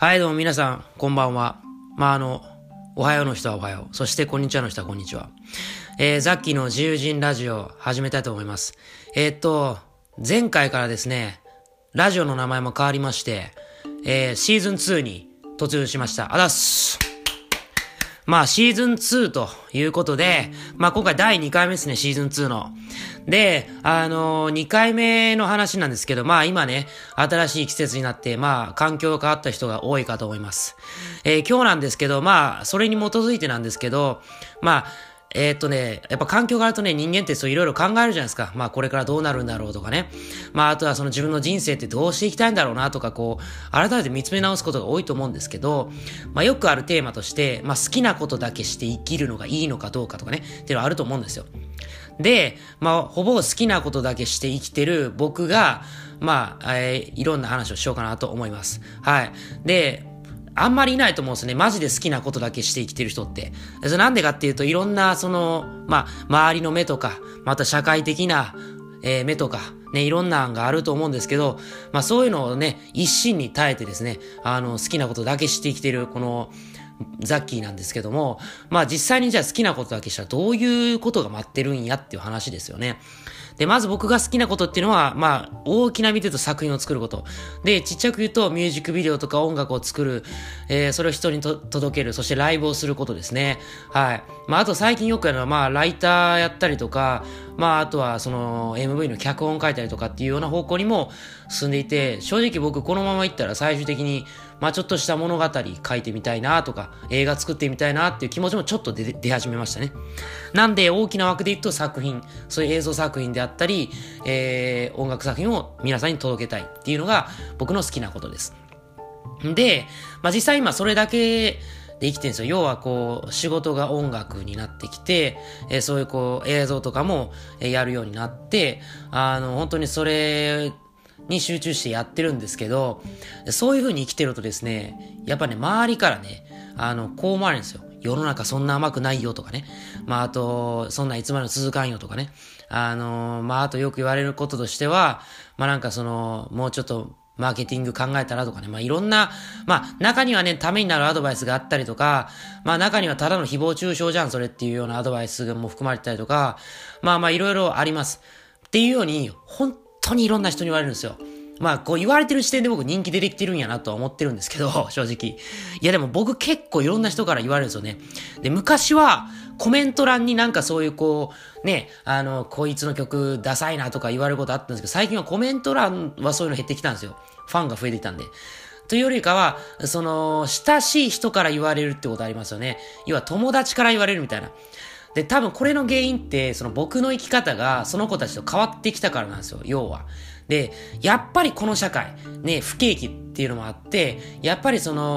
はい、どうも皆さん、こんばんは。おはようの人はおはよう。そして、こんにちはの人はこんにちは。ザッキーの自由人ラジオ始めたいと思います。前回からですね、ラジオの名前も変わりまして、シーズン2に突入しました。あざっす。シーズン2ということで、今回第2回目ですね、シーズン2の。で、2回目の話なんですけど、今ね、新しい季節になって、環境が変わった人が多いかと思います。今日なんですけど、それに基づいてなんですけど、やっぱ環境があるとね、人間っていろいろ考えるじゃないですか。これからどうなるんだろうとかね。あとはその自分の人生ってどうしていきたいんだろうなとか、改めて見つめ直すことが多いと思うんですけど、よくあるテーマとして、好きなことだけして生きるのがいいのかどうかとかね、っていうのはあると思うんですよ。で、ほぼ好きなことだけして生きてる僕が、いろんな話をしようかなと思います。はい。で、あんまりいないと思うんですね。マジで好きなことだけして生きてる人って。それなんでかっていうと、いろんな、周りの目とか、また社会的な、目とか、ね、いろんな案があると思うんですけど、そういうのをね、一心に耐えてですね、好きなことだけして生きてる、この、ザッキーなんですけども、実際にじゃあ好きなことだけしたらどういうことが待ってるんやっていう話ですよね。で、まず僕が好きなことっていうのは、大きな意味で言うと作品を作ること。で、ちっちゃく言うとミュージックビデオとか音楽を作る、それを人に届ける、そしてライブをすることですね。はい。あと最近よくやるのは、ライターやったりとか、あとはその MV の脚本書いたりとかっていうような方向にも進んでいて、正直僕このまま行ったら最終的に、ちょっとした物語書いてみたいなとか、映画作ってみたいなっていう気持ちもちょっと出始めましたね。なんで大きな枠で言うと作品、そういう映像作品であったり、音楽作品を皆さんに届けたいっていうのが僕の好きなことです。で、実際今それだけで生きてるんですよ。要は仕事が音楽になってきて、そういう映像とかもやるようになって、本当にそれに集中してやってるんですけど、そういう風に生きてるとですね、やっぱね、周りからね、こう思われるんですよ。世の中そんな甘くないよとかね。あと、そんないつまでも続かんよとかね。あとよく言われることとしては、もうちょっと、マーケティング考えたらとかね。いろんな、中にはね、ためになるアドバイスがあったりとか、中にはただの誹謗中傷じゃん、それっていうようなアドバイスも含まれてたりとか、いろいろあります。っていうように、本当にいろんな人に言われるんですよ。言われてる時点で僕人気出てきてるんやなとは思ってるんですけど、正直。いやでも僕結構いろんな人から言われるんですよね。で、昔はコメント欄にそういうこいつの曲ダサいなとか言われることあったんですけど、最近はコメント欄はそういうの減ってきたんですよ。ファンが増えてきたんで。というよりかは、親しい人から言われるってことありますよね。要は友達から言われるみたいな。で、多分これの原因って、僕の生き方がその子たちと変わってきたからなんですよ、要は。で、やっぱりこの社会、ね、不景気っていうのもあって、やっぱり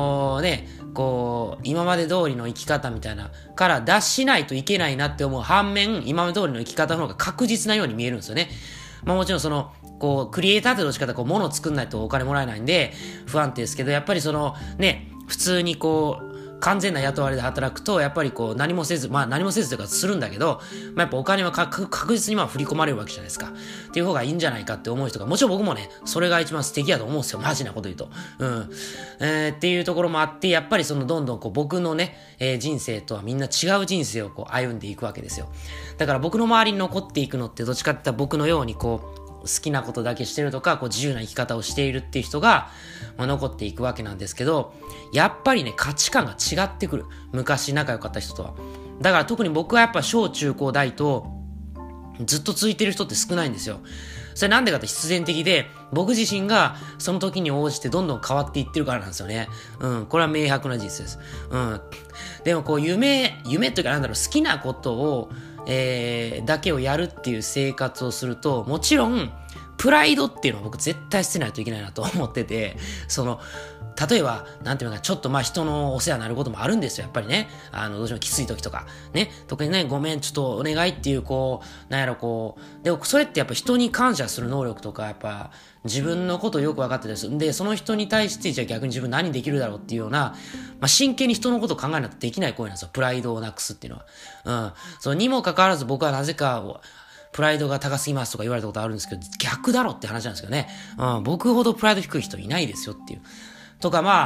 今まで通りの生き方みたいな、から脱しないといけないなって思う反面、今まで通りの生き方の方が確実なように見えるんですよね。もちろんクリエイターってどっちかというと物を作んないとお金もらえないんで、不安定ですけど、やっぱり普通に完全な雇われで働くと、やっぱり何もせずというかするんだけど、やっぱお金は確実に振り込まれるわけじゃないですか。っていう方がいいんじゃないかって思う人が、もちろん僕もね、それが一番素敵だと思うんですよ。マジなこと言うと。っていうところもあって、やっぱりどんどん僕のね、人生とはみんな違う人生を歩んでいくわけですよ。だから僕の周りに残っていくのって、どっちかって言ったら僕のように好きなことだけしてるとか、自由な生き方をしているっていう人が、残っていくわけなんですけど、やっぱりね、価値観が違ってくる。昔仲良かった人とは。だから特に僕はやっぱ小中高大と、ずっと続いてる人って少ないんですよ。それなんでかって必然的で、僕自身がその時に応じてどんどん変わっていってるからなんですよね。これは明白な事実です。でも夢というか好きなことを、だけをやるっていう生活をすると、もちろん、プライドっていうのは僕絶対捨てないといけないなと思ってて、例えば、なんていうのか、ちょっと人のお世話になることもあるんですよ、やっぱりね。どうしてもきつい時とか。ね。特にね、ごめん、ちょっとお願いっていう、でもそれってやっぱ人に感謝する能力とか、やっぱ、自分のことをよく分かってです。で、その人に対して、じゃあ逆に自分何できるだろうっていうような、真剣に人のことを考えないとできない行為なんですよ。プライドをなくすっていうのは。にもかかわらず僕はなぜか、プライドが高すぎますとか言われたことあるんですけど、逆だろって話なんですけどね。僕ほどプライド低い人いないですよっていう。とか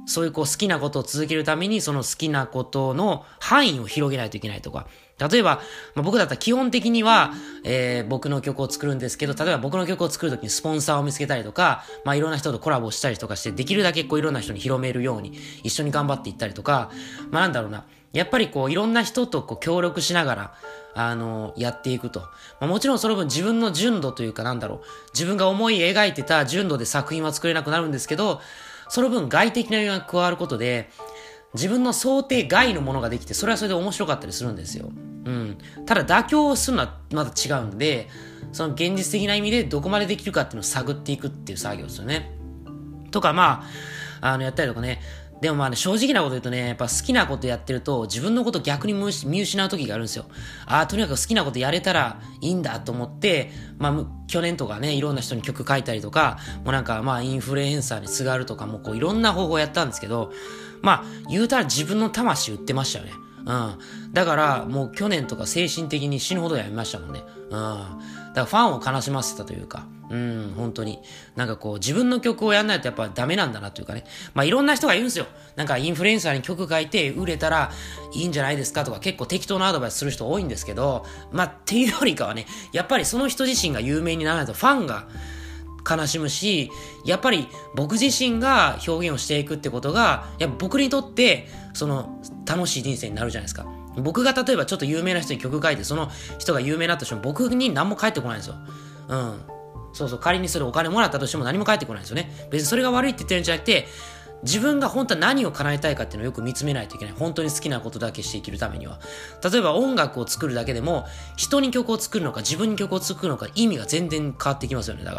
そういうこう好きなことを続けるためにその好きなことの範囲を広げないといけないとか。例えば、僕だったら基本的には、僕の曲を作るんですけど、例えば僕の曲を作るときにスポンサーを見つけたりとか、いろんな人とコラボしたりとかして、できるだけこういろんな人に広めるように一緒に頑張っていったりとか、なんだろうな。やっぱりこういろんな人とこう協力しながら、やっていくと。もちろんその分自分の純度というか自分が思い描いてた純度で作品は作れなくなるんですけど、その分外的な要因が加わることで、自分の想定外のものができて、それはそれで面白かったりするんですよ。ただ妥協するのはまた違うんで、その現実的な意味でどこまでできるかっていうのを探っていくっていう作業ですよね。とかやったりとかね。でも正直なこと言うとね、やっぱ好きなことやってると自分のこと逆に見失う時があるんですよ。とにかく好きなことやれたらいいんだと思って、去年とかね、いろんな人に曲書いたりとか、インフルエンサーにすがるとかもこういろんな方法やったんですけど、言うたら自分の魂売ってましたよね。だからもう去年とか精神的に死ぬほどやめましたもんね。だからファンを悲しませたというか、本当に。自分の曲をやんないとやっぱダメなんだなというかね。いろんな人が言うんですよ。インフルエンサーに曲書いて売れたらいいんじゃないですかとか結構適当なアドバイスする人多いんですけど、っていうよりかはね、やっぱりその人自身が有名にならないとファンが悲しむし、やっぱり僕自身が表現をしていくってことが、僕にとって、楽しい人生になるじゃないですか。僕が例えばちょっと有名な人に曲書いて、その人が有名になったとしても、僕に何も返ってこないんですよ。仮にそれお金もらったとしても何も返ってこないんですよね。別にそれが悪いって言ってるんじゃなくて、自分が本当は何を叶えたいかっていうのをよく見つめないといけない。本当に好きなことだけして生きるためには。例えば音楽を作るだけでも、人に曲を作るのか自分に曲を作るのか意味が全然変わってきますよね。だから。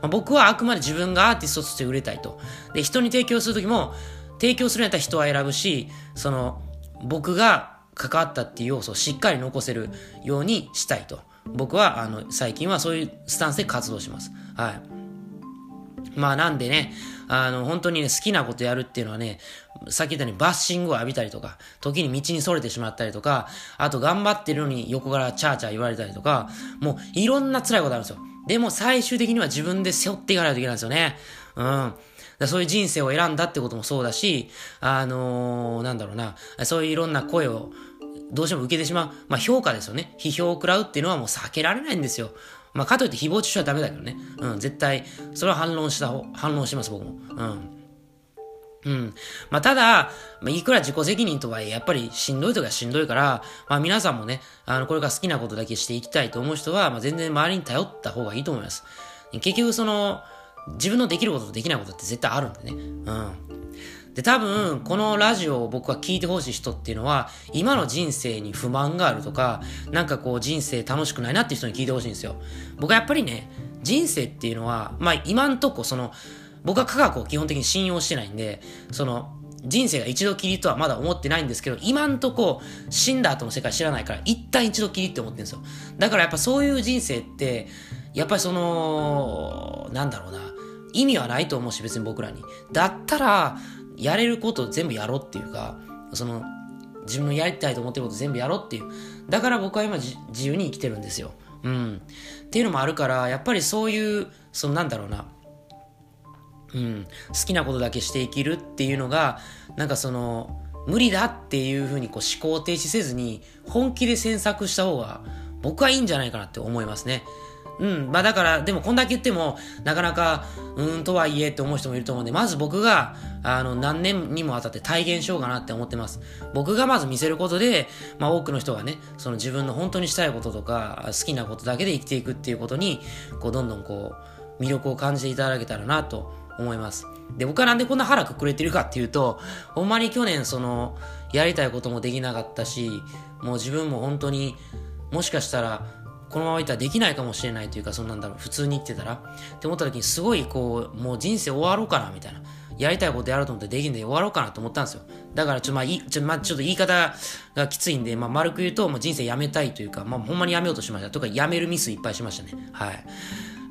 僕はあくまで自分がアーティストとして売れたいと。で、人に提供するときも、提供するんやったら人は選ぶし、僕が関わったっていう要素をしっかり残せるようにしたいと。僕は、最近はそういうスタンスで活動します。はい。なんでね、本当にね、好きなことやるっていうのはね、さっき言ったようにバッシングを浴びたりとか、時に道に逸れてしまったりとか、あと頑張ってるのに横からチャーチャー言われたりとか、もういろんな辛いことあるんですよ。でも最終的には自分で背負っていかないといけないんですよね。そういう人生を選んだってこともそうだし、そういういろんな声をどうしても受けてしまう。評価ですよね。批評を食らうっていうのはもう避けられないんですよ。かといって誹謗中傷はダメだけどね。絶対、それは反論します、僕も。ただ、いくら自己責任とはいえ、やっぱりしんどいとかしんどいから、皆さんもね、これから好きなことだけしていきたいと思う人は、全然周りに頼った方がいいと思います。結局自分のできることとできないことって絶対あるんでね。で、多分、このラジオを僕は聞いてほしい人っていうのは、今の人生に不満があるとか、人生楽しくないなっていう人に聞いてほしいんですよ。僕はやっぱりね、人生っていうのは、今んとこ僕は科学を基本的に信用してないんで、人生が一度きりとはまだ思ってないんですけど、今んとこ死んだ後の世界知らないから、一旦一度きりって思ってるんですよ。だからやっぱそういう人生って、やっぱり意味はないと思うし、別に僕らに。だったら、やれることを全部やろうっていうか、自分のやりたいと思ってること全部やろうっていう。だから僕は今自由に生きてるんですよ。っていうのもあるから、やっぱりそういう、好きなことだけして生きるっていうのが、無理だっていうふうに思考停止せずに、本気で詮索した方が、僕はいいんじゃないかなって思いますね。だから、でもこんだけ言っても、なかなか、とはいえって思う人もいると思うんで、まず僕が、何年にもわたって体現しようかなって思ってます。僕がまず見せることで、多くの人がね、自分の本当にしたいこととか、好きなことだけで生きていくっていうことに、どんどん魅力を感じていただけたらなと思います。で、僕はなんでこんな腹くくれてるかっていうと、ほんまに去年やりたいこともできなかったし、もう自分も本当に、もしかしたら、このままいったらできないかもしれないというか、普通に生きてたらって思った時にすごいもう人生終わろうかなみたいな。やりたいことやろうと思ってできんで終わろうかなと思ったんですよ。だからちょっと言い方がきついんで、丸く言うと、もう人生やめたいというか、ほんまにやめようとしました。とか、やめるミスいっぱいしましたね。はい。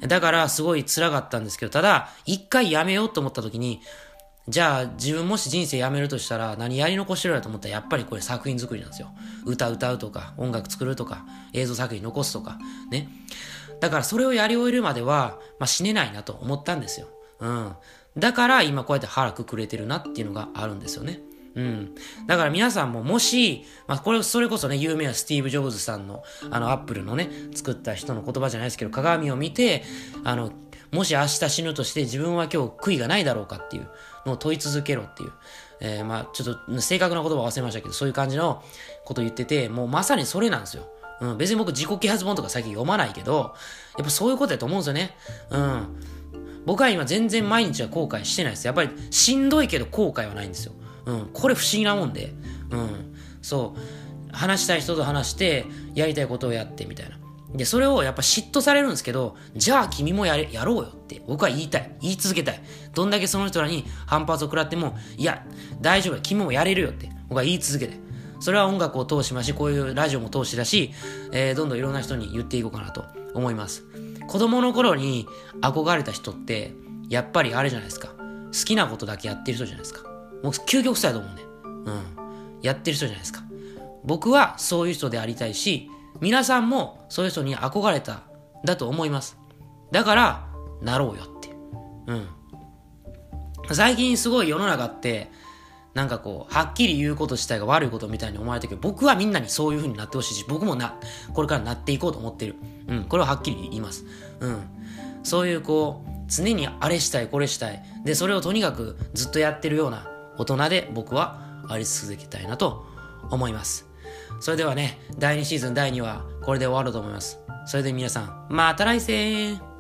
だから、すごい辛かったんですけど、ただ、一回やめようと思った時に、じゃあ自分もし人生やめるとしたら何やり残してるやと思ったらやっぱりこれ作品作りなんですよ。歌うとか音楽作るとか映像作品残すとかね。だからそれをやり終えるまでは死ねないなと思ったんですよ。 だから今こうやって腹くくれてるなっていうのがあるんですよね。だから皆さんももし、それこそね、有名なスティーブ・ジョブズさんの、アップルのね、作った人の言葉じゃないですけど、鏡を見て、もし明日死ぬとして自分は今日悔いがないだろうかっていうのを問い続けろっていう。ちょっと正確な言葉忘れましたけど、そういう感じのことを言ってて、もうまさにそれなんですよ。別に僕自己啓発本とか最近読まないけど、やっぱそういうことだと思うんですよね。僕は今全然毎日は後悔してないです。やっぱりしんどいけど後悔はないんですよ。これ不思議なもんで。そう。話したい人と話して、やりたいことをやってみたいな。で、それをやっぱ嫉妬されるんですけど、じゃあ君もやろうよって僕は言い続けたい。どんだけその人らに反発を食らっても、いや、大丈夫だ、君もやれるよって僕は言い続けて。それは音楽を通しますし、こういうラジオも通しだし、どんどんいろんな人に言っていこうかなと思います。子供の頃に憧れた人って、やっぱりあれじゃないですか。好きなことだけやってる人じゃないですか。もう究極さだと思うね。やってる人じゃないですか。僕はそういう人でありたいし、皆さんもそういう人に憧れただと思います。だからなろうよっていう。最近すごい世の中ってなんかこうはっきり言うこと自体が悪いことみたいに思われてるけど、僕はみんなにそういう風になってほしいし、僕もこれからなっていこうと思ってる。これははっきり言います。そういうこう常にあれしたいこれしたいで、それをとにかくずっとやってるような大人で僕はあり続けたいなと思います。それではね、第2シーズン第2話これで終わろうと思います。それで皆さんまた来世。